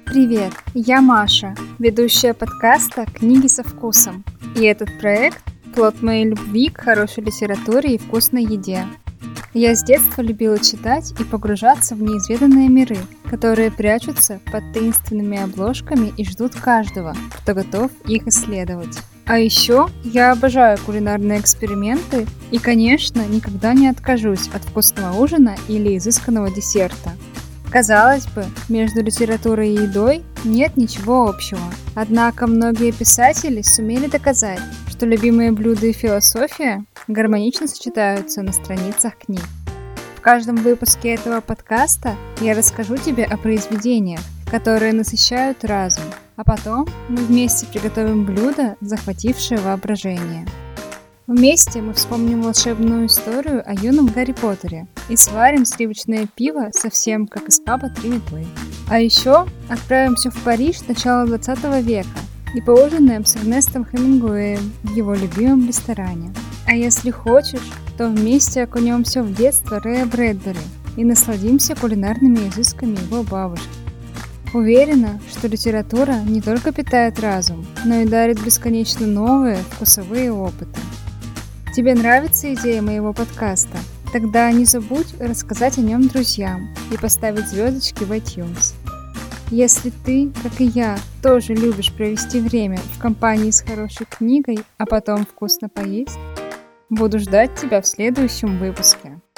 Привет, я Маша, ведущая подкаста «Книги со вкусом». И этот проект – плод моей любви к хорошей литературе и вкусной еде. Я с детства любила читать и погружаться в неизведанные миры, которые прячутся под таинственными обложками и ждут каждого, кто готов их исследовать. А еще я обожаю кулинарные эксперименты и, конечно, никогда не откажусь от вкусного ужина или изысканного десерта. Казалось бы, между литературой и едой нет ничего общего. Однако многие писатели сумели доказать, что любимые блюда и философия гармонично сочетаются на страницах книг. В каждом выпуске этого подкаста я расскажу тебе о произведениях, которые насыщают разум, а потом мы вместе приготовим блюдо, захватившее воображение. Вместе мы вспомним волшебную историю о юном Гарри Поттере и сварим сливочное пиво совсем как из паба «Три метлы». А еще отправимся в Париж начала 20 века и поужинаем с Эрнестом Хемингуэем в его любимом ресторане. А если хочешь, то вместе окунемся в детство Рэя Брэдбери и насладимся кулинарными изысками его бабушки. Уверена, что литература не только питает разум, но и дарит бесконечно новые вкусовые опыты. Тебе нравится идея моего подкаста? Тогда не забудь рассказать о нем друзьям и поставить звездочки в iTunes. Если ты, как и я, тоже любишь провести время в компании с хорошей книгой, а потом вкусно поесть, буду ждать тебя в следующем выпуске.